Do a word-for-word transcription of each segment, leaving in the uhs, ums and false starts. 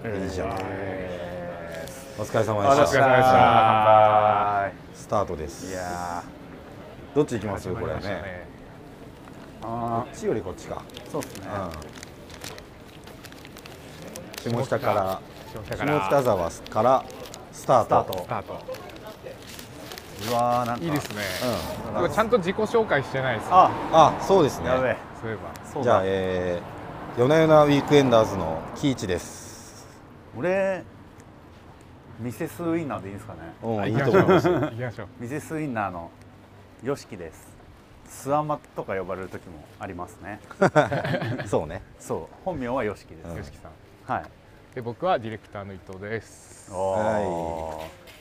いいじゃん。お疲れ様でした。 お疲れ様でした。 スタートです。 いやどっち行きますこれね。こっちよりこっちか。 そうですね。 下北から下北沢からスタート。 スタート。 うわーなんかいいですね。うん。ちゃんと自己紹介してないです。 あ、あ、そうですね。 やべえ。 そういえば。 じゃあ、えー、夜な夜なウィークエンダーズのキイチです。 俺ミセスウインナーでいいですかね。 うん、いいと思います。 行きましょう。 ミセスウインナーのヨシキです。スアマとか呼ばれる時もありますね。 そうね。 そう。本名はヨシキです。 ヨシキさん。 はい。 で僕はディレクターの伊藤です。 はい。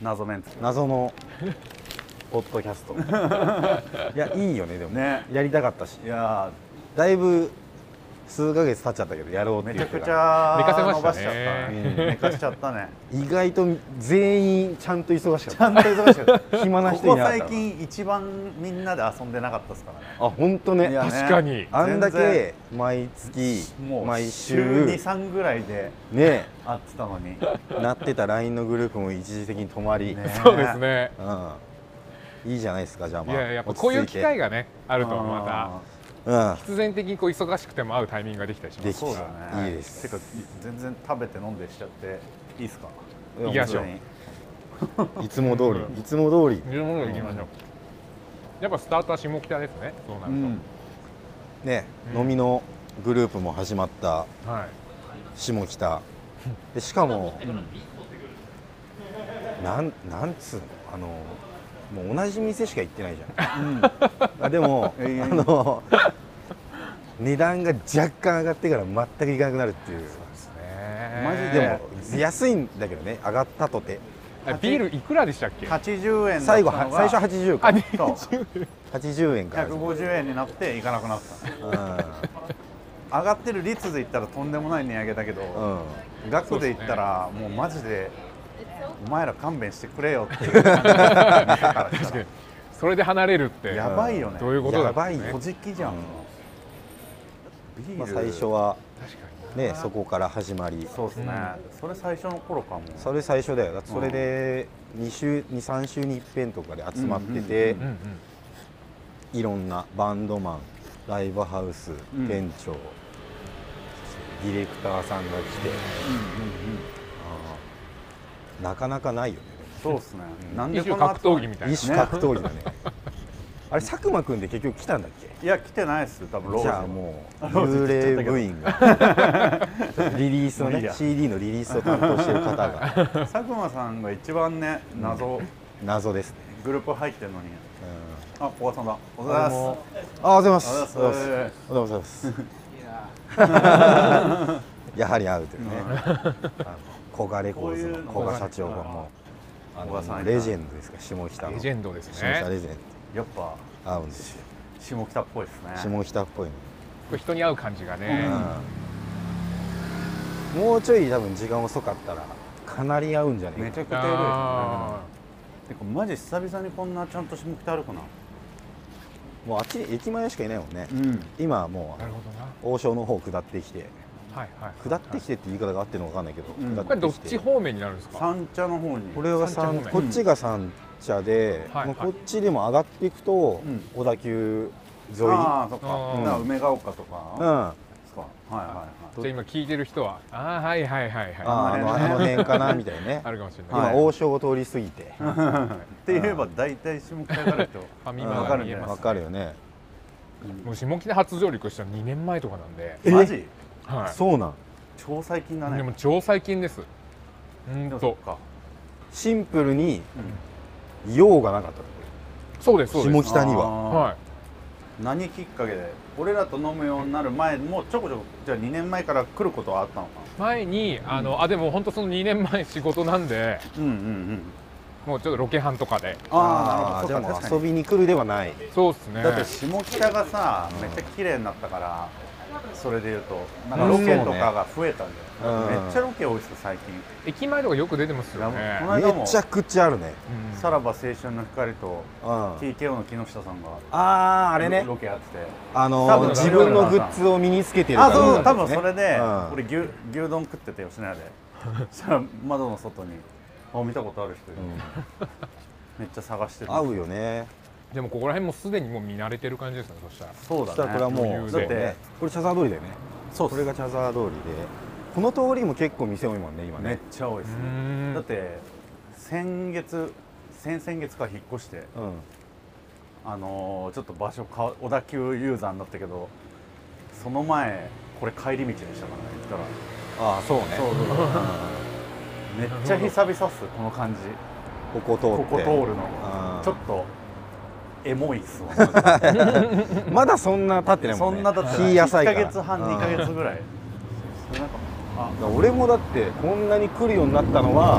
謎メンツ。 謎のポッドキャスト。いやいいよねでも。ね。やりたかったし。いやだいぶ数ヶ月経っちゃったけどやろうってめちゃくちゃ寝かせま伸ばしたしちゃったね。 寝かしちゃったね。 意外と全員ちゃんと忙しかった。 ちゃんと忙しかった。 暇な人ここいなかった。 最近一番みんなで遊んでなかったですからね。 あ、本当ね。 確かに。 あんだけ毎月毎週に、さんぐらいでね会ってたのになってた ライン のグループも一時的に止まり。 そうですね。 うん。いいじゃないですか。じゃあまあ。 いややっぱこういう機会がねあるとまた。うん、必然的にこう忙しくても会うタイミングができたりします。 そうだね。 いいです。 てか全然食べて飲んでしちゃっていいですか。 行きましょう。いつも通り、いつも通り。 いつも通り行きましょう。やっぱスタートは下北ですね。そうなると。うん、 ね、うん、飲みのグループも始まった下北。はい、でしかも、うん、なんなんつうのあの。もう同じ店しか行ってないじゃん。うん、あでも、えー、あの値段が若干上がってから全く行かなくなるっていう。そうですね。 マジでも安いんだけどね、上がったとて。 ビールいくらでしたっけ？ はちじゅうえん。 最後は最初はちじゅうか。 はちじゅうえんから。 ひゃくごじゅうえんになって行かなくなった。うん、上がってる率で言ったらとんでもない値上げだけど、うん、額で言ったらもうマジで。お前ら勘弁してくれよっていう確かにそれで離れるってやばいよね。 どういうことだ。 やばいよ。 小じきじゃん。 まあ最初はねそこから始まり。 そうですね。それ最初の頃かも。 それ最初だよ。それでに週にさん週に一遍とかで集まってて、いろんなバンドマン、ライブハウス、店長、ディレクターさんが来て。なかなかないよね。 そうですね。 なんでこの格闘技みたいな。 一種格闘技だね。あれ佐久間くんで結局来たんだっけ？ いや来てないですよ。多分ローズ。 じゃあもう幽霊部員がリリースのね シーディー のリリースを担当している方が。 佐久間さんが一番ね謎謎ですね。 グループ入ってるのに。あ、小川さんだ。おはようございます。 あ、おはようございます。おはようございます。やはり会うというね。古賀レコーズの古賀社長がもうあのレジェンドですか。下北のレジェンドですね。 下北レジェンド。 やっぱ合うんですよ。 下北っぽいですね。 下北っぽいの。 これ人に合う感じがね。 もうちょい多分時間遅かったらかなり合うんじゃないか。 めちゃくちゃいるですね。てかマジ久々にこんなちゃんと下北歩くな。 もうあっち駅前しかいないもんね。今はもう王将の方下ってきて。下ってきてって言い方があってるのか分かんないけど、 うん、これどっち方面になるんですか？ 三茶の方に。 これが三こっちが三茶で、うん、もうこっちでも上がっていくと、うん、小田急沿い。 ああ、そっか。梅ヶ丘とか。うん。そうか。はいはいはい。 じゃあ今聞いてる人は、ああはいはいはいはい。 あのあの辺かなみたいなね。 あるかもしれない。 今王将を通り過ぎて。 って言えば大体下北があるとファミマが見えます。 わかるよね。 もう下北初上陸したのにねんまえとかなんで。 マジ？ はい。 そうなん。 超最近だね。 でも超最近です。うんとシンプルに用がなかった。 そうですそうです。 下北には。 はい。 何きっかけで？俺らと飲むようになる前もちょこちょこじゃあにねんまえから来ることはあったのかな。 前にあのあでも本当そのにねんまえ仕事なんで。うんうんうん。もうちょっとロケハンとかで。 ああ、じゃあもう遊びに来るではない。 そうですね。 だって下北がさめっちゃ綺麗になったから。それでいうとなんかロケとかが増えたんだよ、うん、めっちゃロケ多いですよ最近。 駅前とかよく出てますよね。 めちゃくちゃあるね。 うん、さらば青春の光と ティーケーオー の木下さんがあああれねロケやってて、 あの自分のグッズを身につけてるから。あそう多分それで、うん、俺牛牛丼食ってて吉野家でそしたら窓の外にあ見たことある人いる、うん、めっちゃ探してる。 合うよね。 でもここら辺もすでにもう見慣れてる感じですね。そしたらそうだね。 これはもうだってこれ茶沢通りだよね。そう、これが茶沢通りで、この通りも結構店多いもんね今ね。 めっちゃ多いですね。だって先月先々月から引っ越して、うん、あのー、ちょっと場所か小田急ユーザーになったけど、その前これ帰り道にしたからね。言ったらああそうね。そうそうそうめっちゃ久々っすこの感じ。 ここ通ってここ通るのちょっとエモいっすわまだそんな経ってないもんね。 そんな経ってない。いっかげつはんにかげつぐらい。なんかあ俺もだってこんなに来るようになったのは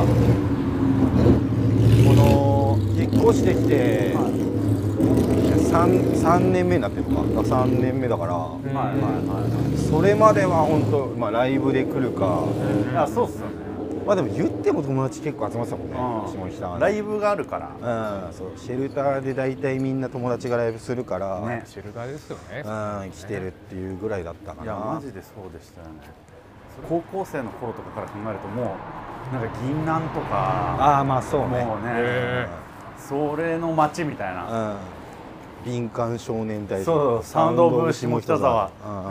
この引っ越してきて、はい、3, 3年目になってるのかさんねんめだから、はいはいはい、それまでは本当、まあ、ライブで来るか、 いやそうっすよね。 まあでも言っても友達結構集まってたもんね、下北はね。 ライブがあるから、 うん、そうシェルターで大体みんな友達がライブするから、 ね、シェルターですよね、 うん、来てるっていうぐらいだったかな。 いやマジでそうでしたよね。高校生の頃とかから考えるともうなんか銀杏とか、 ああまあそうね、 もうねそれの街みたいな、 うん、敏感少年隊、 そうサウンドオブ下北沢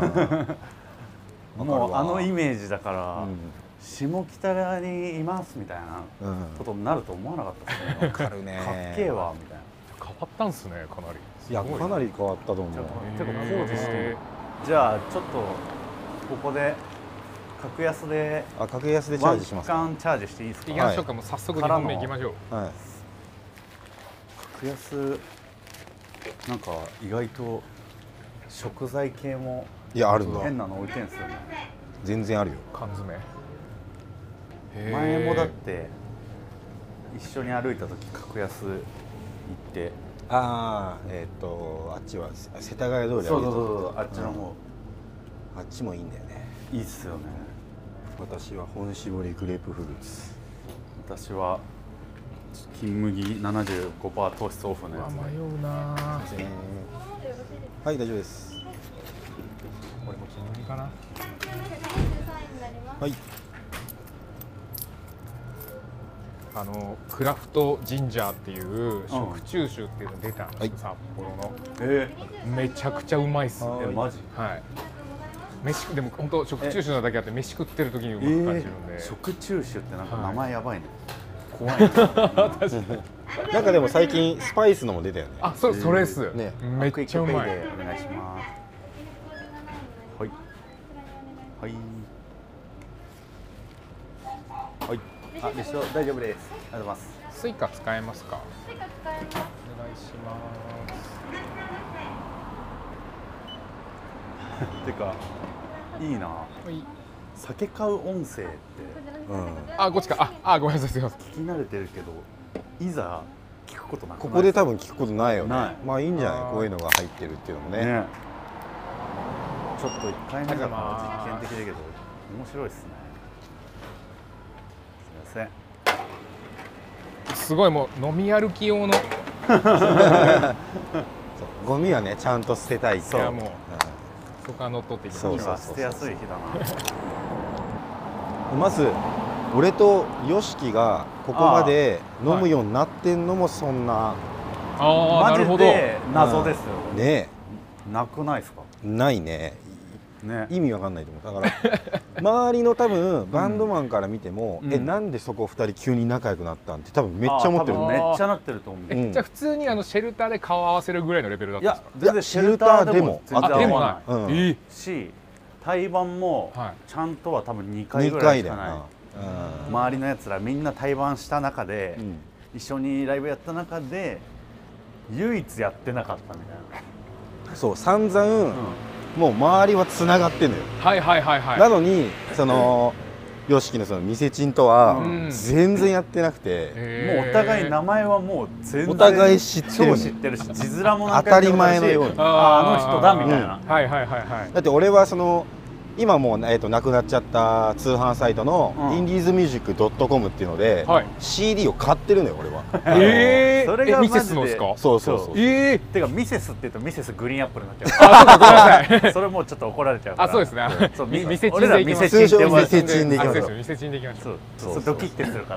もうあのイメージだから、うん、下北にいますみたいなことになると思わなかったですね。 わかるね。 かっけえわみたいな。 変わったんすねかなり。 いやかなり変わったと思う。 結構工事してる。じゃあちょっとここで格安であ格安でチャージしますか。 ワンチャージしていいですか。 行きましょうか。もう早速にほんめ行きましょう。 はい。 格安なんか意外と食材系もいやあるんだ。 変なの置いてんすよね。 全然あるよ。 缶詰。 前もだって一緒に歩いた時格安行ってああえっ、ー、とあっちは世田谷通り。 そうそうそうあっちの方、うん、 あっちもいいんだよね。 いいっすよね。 私は本搾りグレープフルーツ。 私は金麦 ななじゅうごパーセント 糖質オフのやつ。 迷うな。 はい大丈夫です。 これも金麦かな。 はい。 あのクラフトジンジャーっていう食中酒っていうの出たんです、はい、札幌の、 えー、めちゃくちゃうまいっす。 えマジ？ はい。飯でも本当食中酒なだけあって飯食ってる時にうまく感じるんで、 えー、食中酒ってなんか名前やばいね、はい、怖いねなんかでも最近スパイスのも出たよね。 あ、それそれっす、 ね、 めっちゃうまい。お願いします。はいはいはい。あ、レシート大丈夫です。ありがとうございます。 スイカ使えますか？ スイカ使えます。お願いします。 てかいいな。酒買う音声って、 うん、あ、こっちか。あ、あ、ごめんなさい、すみません。 聞き慣れてるけど、いざ聞くことなくない？ ここで多分聞くことないよね。 ない。 まあいいんじゃない？こういうのが入ってるっていうのもね。ね、 ちょっと一回目だから実験的だけど面白いですね。すみません。 すごいもう飲み歩き用のゴミはねちゃんと捨てたい。 そう。いやもう。そこは乗っ取っていきましょう。 今捨てやすい日だな。 まず俺とYOSHIKIがここまで飲むようになってんのもそんな、 ああ、なるほど。 謎ですよ。 ねえ。なくないですか？ ないね。 ね、 意味わかんないと思う。だから周りの多分バンドマンから見ても、うん、えなんでそこふたり急に仲良くなったんって多分めっちゃ思ってる。 めっちゃなってると思う。 え、うん、じゃあ普通にあのシェルターで顔合わせるぐらいのレベルだったんですか？ いや全然シェルターでもあでもない、 うん、えー、し対バンもちゃんとは多分にかいぐらいしかない。周りのやつらみんな対バンした中で、うん、一緒にライブやった中で唯一やってなかったみたいな。そう散々、うん、もう周りはつながってんのよ。 はいはいはいはい。 なのにそのYOSHIKIのその店チンとは全然やってなくて、 うん、もうお互い名前はもう全然お互い知ってる、 知ってるし字面も当たり前のようにあ, あの人だみたいな、 うん、はいはいはいはい。 だって俺はその今もう、えー、となくなっちゃった通販サイトの、 うん、 インディーズミュージックドットコムっていうので、はい、シーディー を買ってるのよ俺は。 えー、 それがミセスのですか？ そうそうそう。 えー、 てかミセスって言うとミセスグリーンアップルになっちゃう。あ、そうかごめんなさい。それもうちょっと怒られちゃうから。 あ、そうですね。 そうミセチン俺らミセチンって呼ばれてる。 ミセチンでいきましょう。 ミセチンでいきましょう。 そうそうドキッてするから。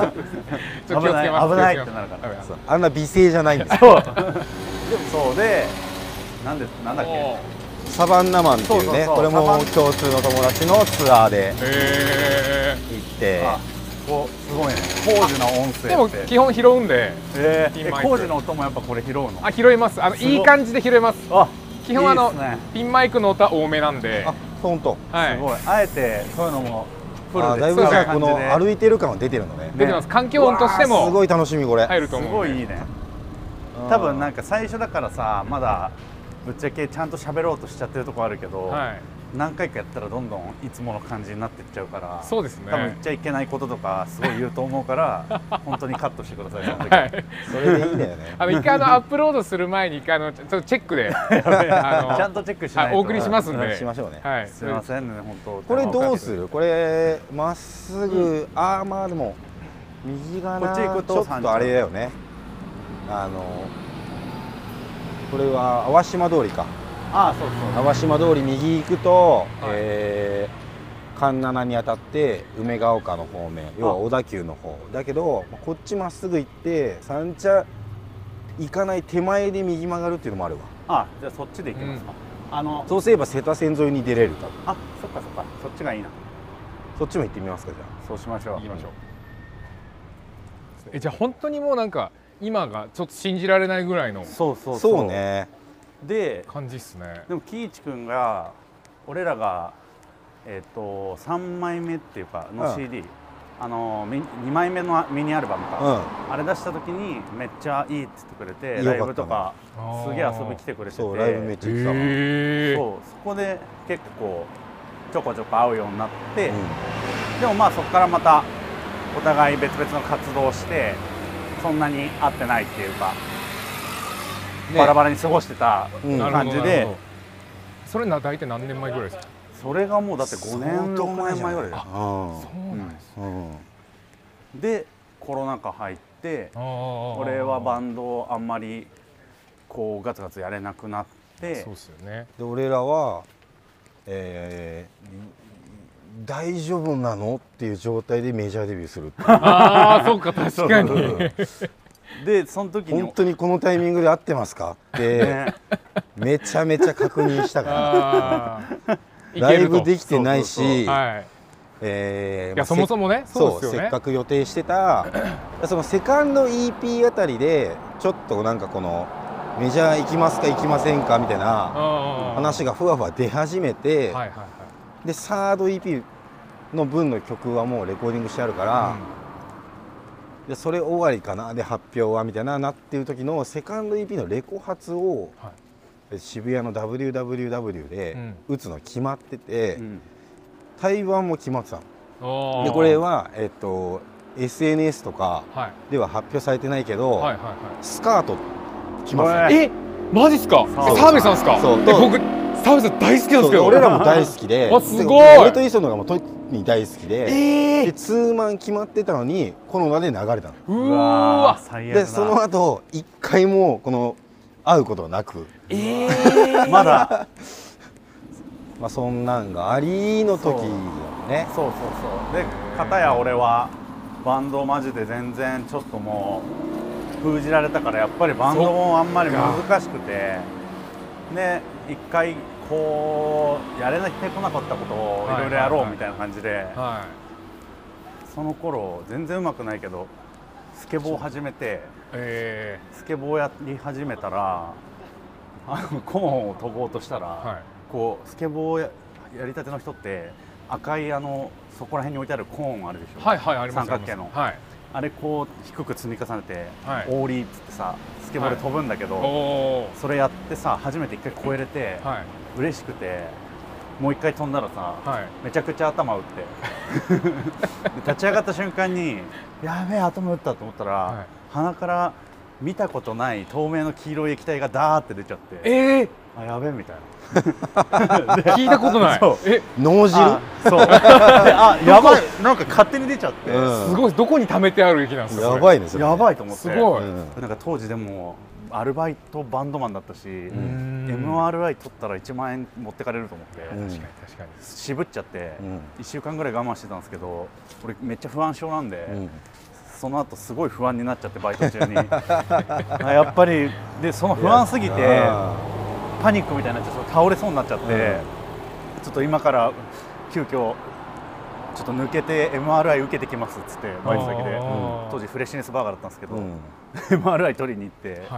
危ない危ないってなるから。 あんな美声じゃないんですよ。 そう。そうでなんでなんだっけ。 サバンナマンっていうね、これも共通の友達のツアーで行って、 こうすごいね、工事の音声でも基本拾うんで、 えー、工事の音もやっぱこれ拾うの？ あ、拾います。あのいい感じで拾えます。あ、基本あのピンマイクの音は多めなんで。 あ、本当。 はい。すごい。あえてそういうのもフルでだいぶじゃあこの歩いてる感は出てるのね。 出てます。環境音としてもすごい楽しみこれ。 入ると思う。 すごいいいね。多分なんか最初だからさ、まだぶっちゃけちゃんと喋ろうとしちゃってるとこあるけど、はい、何回かやったらどんどんいつもの感じになっていっちゃうから、 そうですね、 多分言っちゃいけないこととかすごい言うと思うから本当にカットしてください。その時、はい、 それでいいんだよね。 あの一回あのアップロードする前に一回あのちょっとチェックであのちゃんとチェックしないとお送りしますんで、 しましょうね。 はい、 すみませんね本当。 これどうする？これまっすぐ、うん、ああまあでも右側な、こっち行くとちょっとあれだよね。あのこれは淡島通りか。 ああそうそう。 淡島通り右行くと、はい、えー、環七に当たって梅ヶ丘の方面、要は小田急の方だけど、こっちまっすぐ行って三茶行かない手前で右曲がるっていうのもあるわ。 あ、じゃあそっちで行きますか。うん、あのそうすれば瀬田線沿いに出れる多分。 あ、そっかそっか、そっちがいいな。 そっちも行ってみますか。じゃあそうしましょう。 行きましょう。え、じゃあ本当にもうなんか今がちょっと信じられないぐらいの、 そうそうそうそうね。 で感じっすね。 でも喜一君が俺らがえっ、ー、とさんまいめっていうかの シーディー、うん、あのにまいめのミニアルバムか、うん、あれ出した時にめっちゃいいって言ってくれて、ライブとかすげえ遊び来てくれてて、 そうライブめっちゃ行ってたもん。 そうそこで結構ちょこちょこ会うようになって、うん、でもまあそこからまたお互い別々の活動してそんなに会ってないっていうか。ね、バラバラに過ごしてた感じで、うん、 それな大体何年前ぐらいですか？ それがもうだってごねんろくねんまえぐらいだよ。 そうなんです、 うんうん、でコロナ禍入って俺はバンドをあんまりこうガツガツやれなくなって、 そうですよね。 で俺らは、えー、大丈夫なのっていう状態でメジャーデビューするっていう。 ああそうか確かに。 でその時に本当にこのタイミングで合ってますかって、ね、めちゃめちゃ確認したからライブできてないし、 そもそもね、 そうですよね、せっかく予定してたそのセカンド イーピー あたりでちょっとなんかこのメジャー行きますか行きませんかみたいな話がふわふわ出始めて、でサード イーピー の分の曲はもうレコーディングしてあるから、うんでそれ終わりかなで発表はみたいななっていう時のセカンド イーピー のレコ発を、はい、渋谷の ダブリューダブリューダブリュー で打つの決まってて、うん、対バンも決まってたの。でこれは、えっと、エスエヌエス とかでは発表されてないけど、はいはいはいはい、スカート決まってた。 えマジっすか？澤部さんですか？そう僕澤部さん大好きなんですけど。 俺らも大好きで、 すごい俺と磯野がもうとに大好きで、えー、でツーマン決まってたのにコロナで流れたの。 うわ最悪だ。 でその後一回もこの会うことはなく、 えー、 まだまあそんなんがありの時だよね。 そうそうそうで片や俺はバンドマジで全然ちょっともう封じられたから、やっぱりバンドもあんまり難しくてね、一回こうやれなきゃこなかったことをいろいろやろうみたいな感じで、その頃全然うまくないけどスケボーを始めて、えー、スケボーやり始めたらあのコーンを飛ぼうとしたら、はい、こうスケボー や, やりたての人って赤いあのそこら辺に置いてあるコーンあるでしょ、 はいはい、あります、 三角形の、はい、あれこう低く積み重ねて、はい、オーリーっつってさスケボーで飛ぶんだけど、はい、それやってさ初めて一回越えれて、はい、嬉しくてもう一回飛んだらさ、はい、めちゃくちゃ頭打ってで立ち上がった瞬間にやべえ頭打ったと思ったら、はい、鼻から見たことない透明の黄色い液体がダーって出ちゃって、 えー、 あやべえみたいな聞いたことない。 え脳汁そうあやばいなんか勝手に出ちゃって、 うん、 すごいどこに溜めてある液なんですか。 やばいねそれ。 やばいと思って。 すごい、 うん、なんか当時でもアルバイトバンドマンだったし、 うん、 エムアールアイ 取ったらいちまんえん持ってかれると思って、 うん、確かに確かに渋っちゃって、 うん、 いっしゅうかんぐらい我慢してたんですけど、俺めっちゃ不安症なんで、うん、その後すごい不安になっちゃって、バイト中にやっぱりでその不安すぎてパニックみたいになっちゃって倒れそうになっちゃって、うん、ちょっと今から急遽ちょっと抜けて エムアールアイ 受けてきますっつって、バイト先で、うん、当時フレッシュネスバーガーだったんですけど、うん、エムアールアイ 取りに行って、はいはいはい、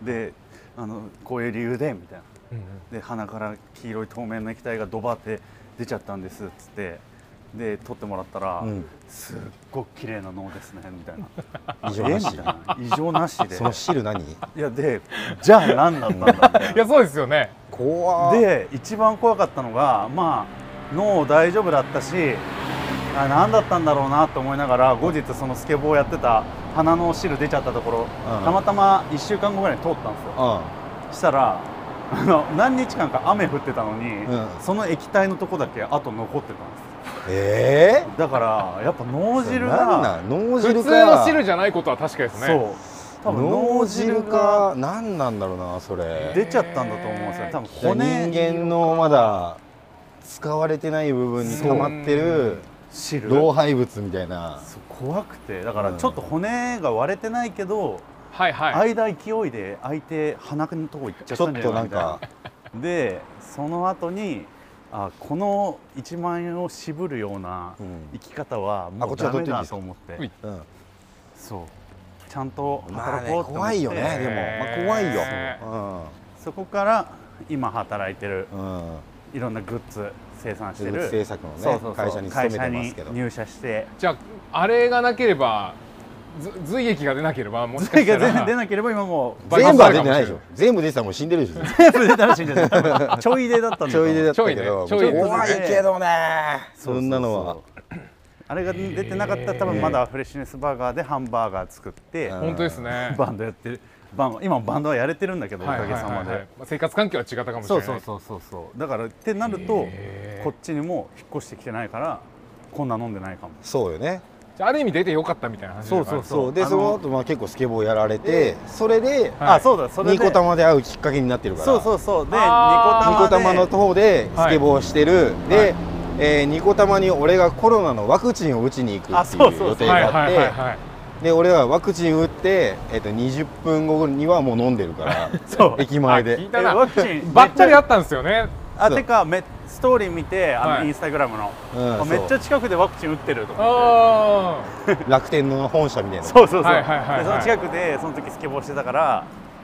であのこういう理由でみたいな、うんうん、で鼻から黄色い透明の液体がドバって出ちゃったんですっつってで取ってもらったら、うん、すっごく綺麗な脳ですねみたいな。 異常なし異常なしでその汁何？ いやでじゃあ何だったんだみたいな。 いやそうですよね。 怖で一番怖かったのが、まあ脳大丈夫だったし、あ何だったんだろうなと思いながら、後日そのスケボーやってた鼻の汁出ちゃったところ、うん、たまたまいっしゅうかんごぐらいに通ったんですよ。うん、したらあの何日間か雨降ってたのに、うん、その液体のとこだけあと残ってたんです。 えー、 だからやっぱ脳汁が脳汁か普通の汁じゃないことは確かですね。 そう多分脳汁か何なんだろうな、それ出ちゃったんだと思うんですよ。多分骨人間のまだ使われてない部分に溜まってる汁老廃物みたいな。 怖くて、だからちょっと骨が割れてないけど、うん、 はいはい、 間勢いで開いて鼻のとこ行っちゃったんじゃないみたいな。でその後にあこのいちまんえんを渋るような生き方はもうダメだと思って、うん、そうちゃんと働こうって思って、 まあね、怖いよね。でも、まあ、怖いよ、 うん、そこから今働いてる、うん、いろんなグッズ生産してる制作の、ね、 そうそうそう会社に勤めてますけど、 入社して、 じゃああれがなければ髄液が出なければ、もしかしたら髄液が出なければ今もう全部は出てないでしょ。全部出てたらもう死んでるでしょ。 全部出たら死んでる。ちょい出だったんだ。 ちょい出だったけど、 ちょいね、 怖いけどね。そんなのは。 あれが出てなかったら多分まだフレッシュネスバーガーでハンバーガー作って、 本当ですね。 バンドやってる。今バンドはやれてるんだけど、おかげさまで生活環境は違ったかもしれない。 そうそうそうそうだからってなるとこっちにも引っ越してきてないからこんな飲んでないかも。 そうよね。 ある意味出てよかったみたいな話。 そうそうそう。でその後まあ結構スケボーやられて、それであそうだそれでニコタマで会うきっかけになってるから。 そうそうそう。でニコタマの方でスケボーしてる。でえニコタマに俺がコロナのワクチンを打ちに行くっていう予定があって、で俺はワクチン打ってえっとにじゅっぷんごにはもう飲んでるから、駅前で。 聞いたな。ワクチンばったりあったんですよね。 あてかめストーリー見て、あの、はい、インスタグラムの、うん、めっちゃ近くでワクチン打ってると思って、 楽天の本社みたいな。 そうそうそう。でその近くでその時スケボーしてたから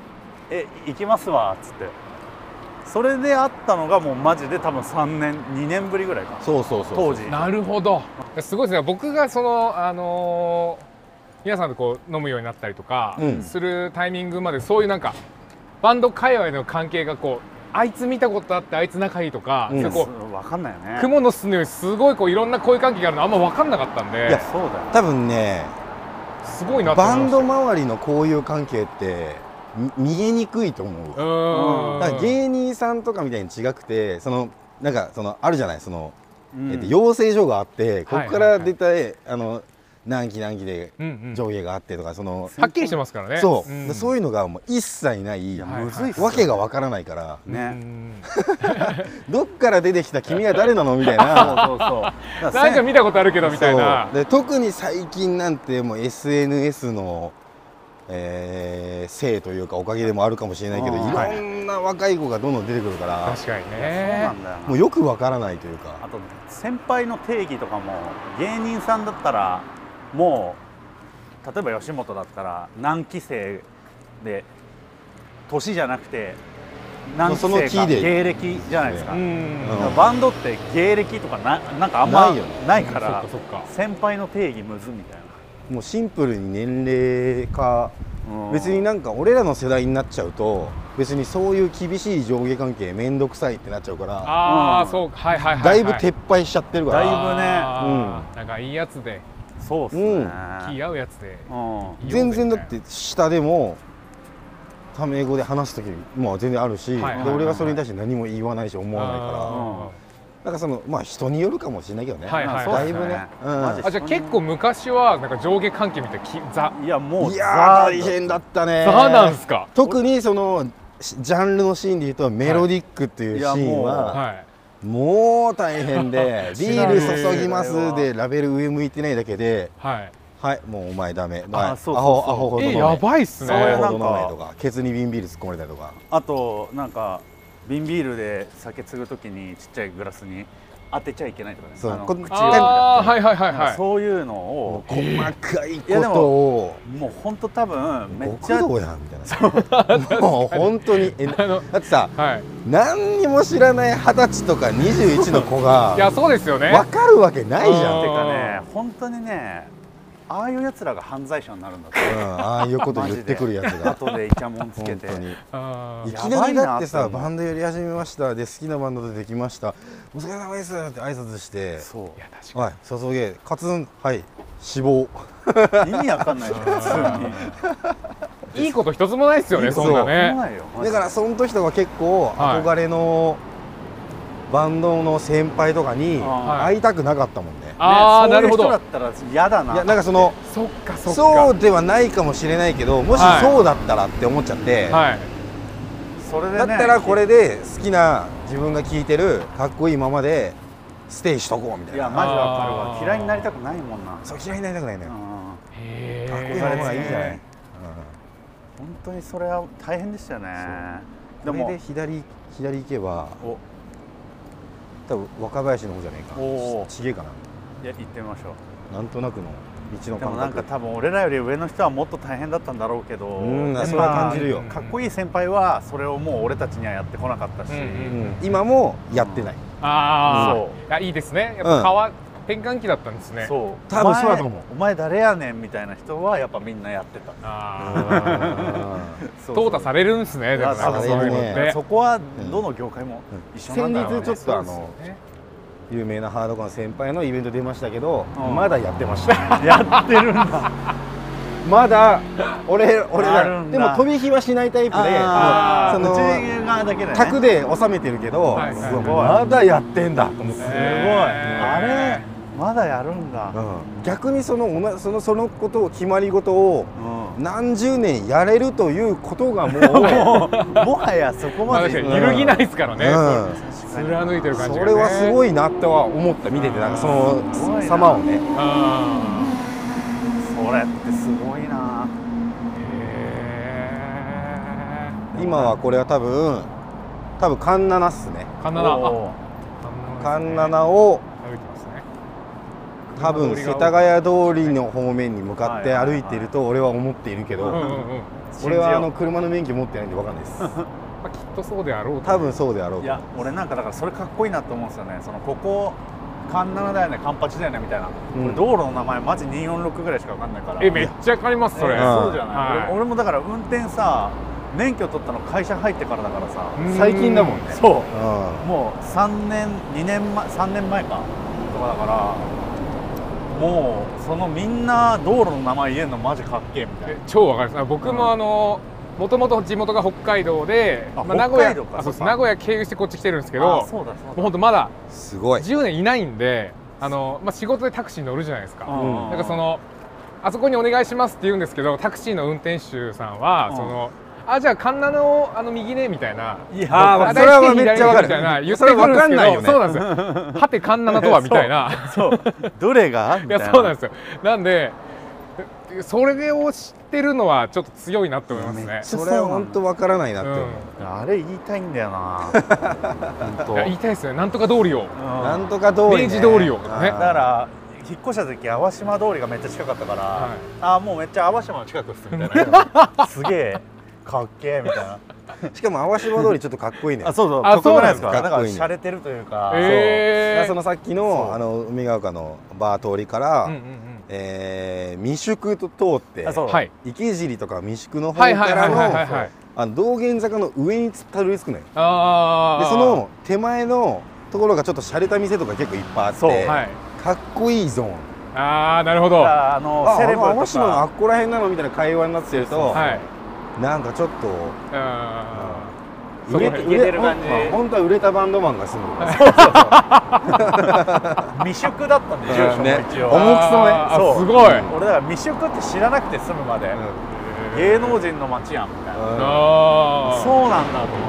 「え行きますわ」っつって、それで会ったのがもうマジで多分さんねんにねんぶりぐらいか。 そうそうそう。 当時。 なるほど。すごいですね。僕がそのあのー、皆さんとこう飲むようになったりとかするタイミングまで、そういうなんかバンド界隈の関係がこう。あいつ見たことあってあいつ仲いいとか、 うん、こう分かんないよね。 蜘蛛の巣のようにすごいこういろんな恋関係があるのあんま分かんなかったんで。 いやそうだよ。 多分ね、 すごいなと思いました。 バンド周りの交友関係って見えにくいと思う。うん。だから芸人さんとかみたいに違くて、そのなんかそのあるじゃない、その、うん、えっと養成所があってここから出た、はいはいはい、あの何期何期で上下があってとか、そのはっきりしてますからね。 そう、うん、そういうのがもう一切ない、むずいわけがわからないからね。どっから出てきた君は誰なのみたいな。そうそうそう。なんか見たことあるけどみたいな。 で特に最近なんてもう エスエヌエス の、えー、せいというかおかげでもあるかもしれないけど、いろんな若い子がどんどん出てくるから、 確かにね。 もうよくわからないというか。 あと先輩の定義とかも芸人さんだったらもう例えば吉本だったら何期生で年じゃなくて何期生か芸歴じゃないですか。バンドって芸歴とか な, なんかあんまないから、先輩の定義むずみたいな。 もうシンプルに年齢か、別になんか俺らの世代になっちゃうと別にそういう厳しい上下関係面倒くさいってなっちゃうから、 ああそうはいはいはい、 だいぶ撤廃しちゃってるから。 だいぶね、 うん、なんかいいやつで。 そうっすね。 気合うやつで。 全然だって下でもタメ語で話す時も全然あるし、 はいで俺はそれに対して何も言わないし思わないから、 あなんかそのまあ人によるかもしれないけどね、 はいはいだいぶね、うんマジーあじゃあ結構昔はなんか上下関係みたいなきザいやもういやー大変だったね。 ザなんすか。 特にそのジャンルのシーンでいうとメロディックっていうシーンは、 はいもう大変でビール注ぎま知らねえすでラベル上向いてないだけで、 はいはいもうお前ダメ、 あはいそうそうそうアホアホほど飲め、 えやばいっすね。 そういうアホほどなんか飲めとかケツに瓶ビール突っ込まれたりとか、 あとなんか瓶ビールで酒継ぐときにちっちゃいグラスに当てちゃいけないとかね、 そうこあの口ああはいはいはいなんかはい。 そういうのを細かいこいやでとをもう本当多分めっちゃ極道やんみたいな、もう本当にえあのだってさはい。 何にも知らない二十歳とかにじゅういちの子がいやそうですよね。 分かるわけないじゃん、 あーてかね本当にねああいうやつらが犯罪者になるんだってうん、ああいうこと言ってくるやつが後でイチャモンつけて本当にあーいきなりだってさやばいなって思うバンドやり始めましたで好きなバンドでできましたお疲れ様ですって挨拶してそういや確かはい注げカツンはい死亡意味わかんないじゃん普通ににいいこと一つもないですよね。そんなそうね。 ないよマジでだからその時とか結構はい憧れのバンドの先輩とかにあ会いたくなかったもんね、 ああなるほどそういう人だ。ったら嫌だないやなんかそのそっかそっか。 そうではないかもしれないけどもしはいそうだったらって思っちゃって、 はい。 それでねだったらこれで好きな自分が聴いてるかっこいいままでステイしとこうみたいな。 いやマジわかるわあー嫌いになりたくないもんなそう嫌いになりたくないのよ、 うんへかっこいいえ。 ままがいいじゃない、 ね本当にそれは大変でしたよねうん、 でもこれで左左行けばお多分若林の方じゃないかおーちげえかないや行ってみましょうなんとなくの道のでも感覚なんか多分俺らより上の人はもっと大変だったんだろうけどやっぱうんそれは感じるよかっこいい先輩はそれをもう俺たちにはやってこなかったし、 うんうんうん今もやってない、 あそあ。いやいいですね。やっぱ変わ転換期だったんですね。 そう多分そうだと思うお前お前誰やねんみたいな人はやっぱみんなやってたあそうあ。淘汰されるんですね。でもなんかそういうのっされるねて。 そこはどの業界も一緒なんだろうね、 先日ちょっとあのそうですよね有名なハードコアの先輩のイベント出ましたけど、 うんまだやってましたやってるんだまだ俺俺あるんだだでも飛び火はしないタイプであーもうその内側だけでね卓で収めてるけど、 はいはいはいすごいまだやってんだと思って、 すごい、 へーあれまだやるんだ、 うん逆にそのおなそのそのことを決まり事をうん何十年やれるということがもうもうもはやそこまあまで確かに揺るぎないですからね。 うん貫いてる感じがね。 それはすごいなとは思った見ててなんかそのすごいな様をねあそれってすごいなあ。へえ。 今はこれは多分多分カンナナっすねカンナナ。あおカンナナを歩いてますね。 多分世田谷通りの方面に向かって歩いていると俺は思っているけどうんうんうん。 俺はあの車の免許持ってないんで分かんないですまあきっとそうであろうと。 多分そうであろうとーいや俺なんかだからそれかっこいいなと思うんですよねそのここカンナナだよねカンパチだよねみたいな、 うんこれ道路の名前マジにーよんろくぐらいしかわかんないからえめっちゃわかりますそれ。 えうんそうじゃない、 はい俺俺もだから運転さ免許取ったの会社入ってからだからさうん最近だもんねそううもうさんねんにねんまえさんねんまえかとかだからもうそのみんな道路の名前言えんのマジかっけえみたいえな超わかります。僕もあのもともと地元が北海道で、 あまあ名古屋北海道かあそうですそうか名古屋経由してこっち来てるんですけあど、 そうだそうだもう本当まだんすごいじゅうねんいないんで、あのまあ仕事でタクシー乗るじゃないですか。 うんなんかそのあそこにお願いしますって言うんですけど、タクシーの運転手さんは、 うんそのあじゃあカンナのあの右ねみたいな。 いやあーわかんそれはめっちゃわかるみたいな言ってそれわくるんですけど、 かんないよねそうなんですよ。はてカンナナとはみたいな。 そうどれがみいたいなやそうなんですよ。なんでそれを知ってるのはちょっと強いなって思いますね。 それは本当わからないなって思う、 あれ言いたいんだよな本当いや言いたいですね。なんとか通りを。 うんなんとか通り、ね、 明治通りをねあーだから引っ越した時淡島通りがめっちゃ近かったから、 はいあーもうめっちゃ淡島の近くっすみたいなすげえかっけえみたいなしかも淡島通りちょっとかっこいいねあそうそうあかっこよくないですかそうなんですかだから洒落てるというか、 えーだからそのさっきのあの海ヶ丘のバー通りから、 うんうんうんえー未宿と通ってあそうはい池尻とか未宿の方はいはいはいからはいはいはいのあの道玄坂の上にたどり着くのよああでその手前のところがちょっと洒落た店とか結構いっぱいあってそうはいかっこいいゾーンああなるほどはあのあセレブとあ淡島のあかっこら辺なのみたいな会話になってると、 いなんかちょっとうん売れイケてる感じ。 本当は売れたバンドマンが住む未宿だったんで住所も一応。 重くそね。 そうすごい。 俺だから未宿って知らなくて住むまで芸能人の街やんみたいな。そうなんだと思って。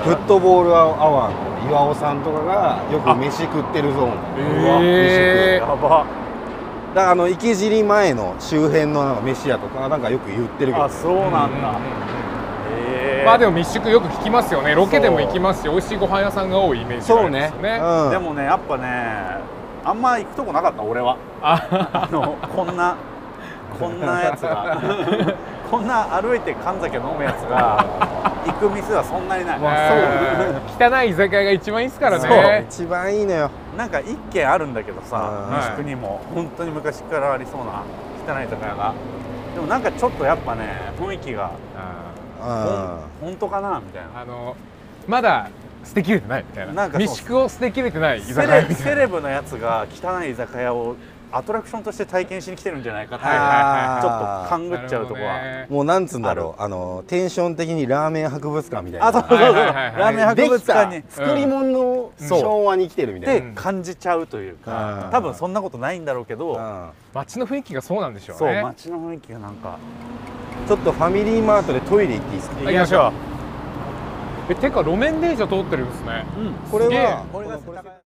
フットボールアワーの岩尾さんとかがよく飯食ってるゾーン。 えやば。 だからあの池尻前の周辺のなんか飯屋とかなんかよく言ってるけど。 あ、そうなんだ。 まあでも密宿よく聞きますよね。ロケでも行きますし、美味しいご飯屋さんが多いイメージがありますよね。 でもね、やっぱね、あんま行くとこなかった俺は。あのこんなこんなやつがこんな歩いて神酒飲むやつが行く店はそんなにない。 そう汚い居酒屋が一番いいですからね。 一番いいのよ。 なんか一軒あるんだけどさ、三宿にも本当に昔からありそうな汚い居酒屋が。でもなんかちょっとやっぱね、雰囲気が本当かなみたいな。 あのまだ捨てきれてないみたいな。なんか密宿を捨てきれてない居酒屋みたいな。 セレブのやつが汚い居酒屋をアトラクションとして体験しに来てるんじゃないかってちょっと勘ぐっちゃうとこは。 もうなんつうんだろう、あのテンション的にラーメン博物館みたいな。 あ、そうそうそう。ラーメン博物館に作り物の昭和に来てるみたいな。 で感じちゃうというか、多分そんなことないんだろうけど、 街の雰囲気がそうなんでしょうね。 そう、街の雰囲気がなんか。 ちょっとファミリーマートでトイレ行っていいですか。 行きましょう。 え、てか路面電車通ってるんですね。 これは